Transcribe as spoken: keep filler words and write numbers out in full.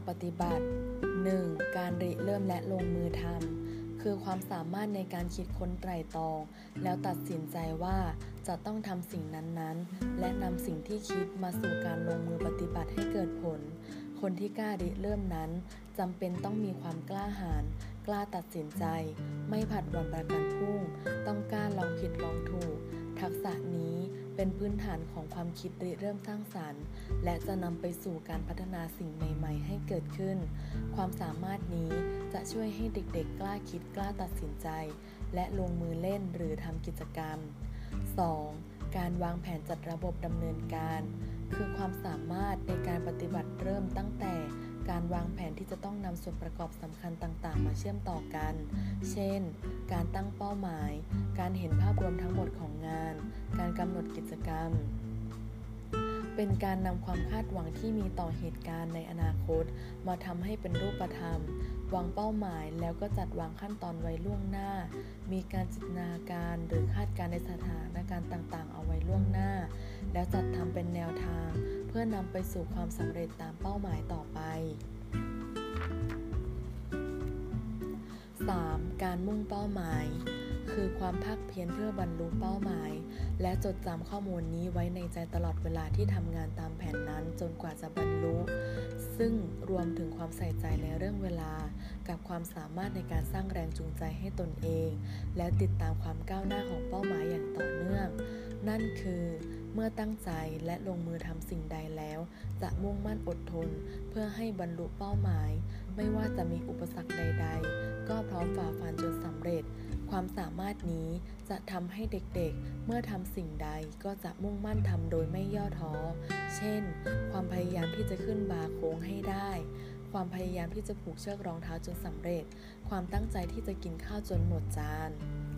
ปฏิบัติ หนึ่ง. การริเริ่มและลงมือทำคือความสามารถในการคิดค้นไตร่ตรองแล้วตัดสินใจว่าจะต้องทำสิ่งนั้นๆและนำสิ่งที่คิดมาสู่การลงมือปฏิบัติให้เกิดผลคนที่กล้าริเริ่มนั้นจำเป็นต้องมีความกล้าหาญกล้าตัดสินใจไม่ผัดวันประกันพรุ่งต้องกล้าลองผิดลองถูกทักษะนี้เป็นพื้นฐานของความคิดริเริ่มสร้างสรรค์และจะนำไปสู่การพัฒนาสิ่งใหม่ๆให้เกิดขึ้นความสามารถนี้จะช่วยให้เด็กๆกล้าคิดกล้าตัดสินใจและลงมือเล่นหรือทำกิจกรรม สอง. การวางแผนจัดระบบดำเนินการคือความสามารถในการปฏิบัติเริ่มตั้งแต่การวางแผนที่จะต้องนำส่วนประกอบสำคัญต่างๆมาเชื่อมต่อกันเช่นการตั้งเป้าหมายการเห็นภาพรวมทั้งหมดของงานการกำหนดกิจกรรมเป็นการนำความคาดหวังที่มีต่อเหตุการณ์ในอนาคตมาทำให้เป็นรูปธรรมวางเป้าหมายแล้วก็จัดวางขั้นตอนไว้ล่วงหน้ามีการจินตนาการหรือคาดการณ์ในสถานการณ์ต่างๆเอาไว้ล่วงหน้าแล้วจัดทำเป็นแนวทางเพื่อนำไปสู่ความสำเร็จตามเป้าหมายต่อไป สาม. การมุ่งเป้าหมายคือความภาคเพียรเพื่อบรรลุเป้าหมายและจดจำข้อมูลนี้ไว้ในใจตลอดเวลาที่ทำงานตามแผนนั้นจนกว่าจะบรรลุซึ่งรวมถึงความใส่ใจในเรื่องเวลากับความสามารถในการสร้างแรงจูงใจให้ตนเองและติดตามความก้าวหน้าของเป้าหมายอย่างต่อเนื่องนั่นคือเมื่อตั้งใจและลงมือทำสิ่งใดแล้วจะมุ่งมั่นอดทนเพื่อให้บรรลุเป้าหมายไม่ว่าจะมีอุปสรรคใดๆก็พร้อมฝ่าฟันจนสำเร็จความสามารถนี้จะทำให้เด็กๆเมื่อทำสิ่งใดก็จะมุ่งมั่นทำโดยไม่ย่อท้อเช่นความพยายามที่จะขึ้นบาร์โค้งให้ได้ความพยายามที่จะผูกเชือกรองเท้าจนสำเร็จความตั้งใจที่จะกินข้าวจนหมดจาน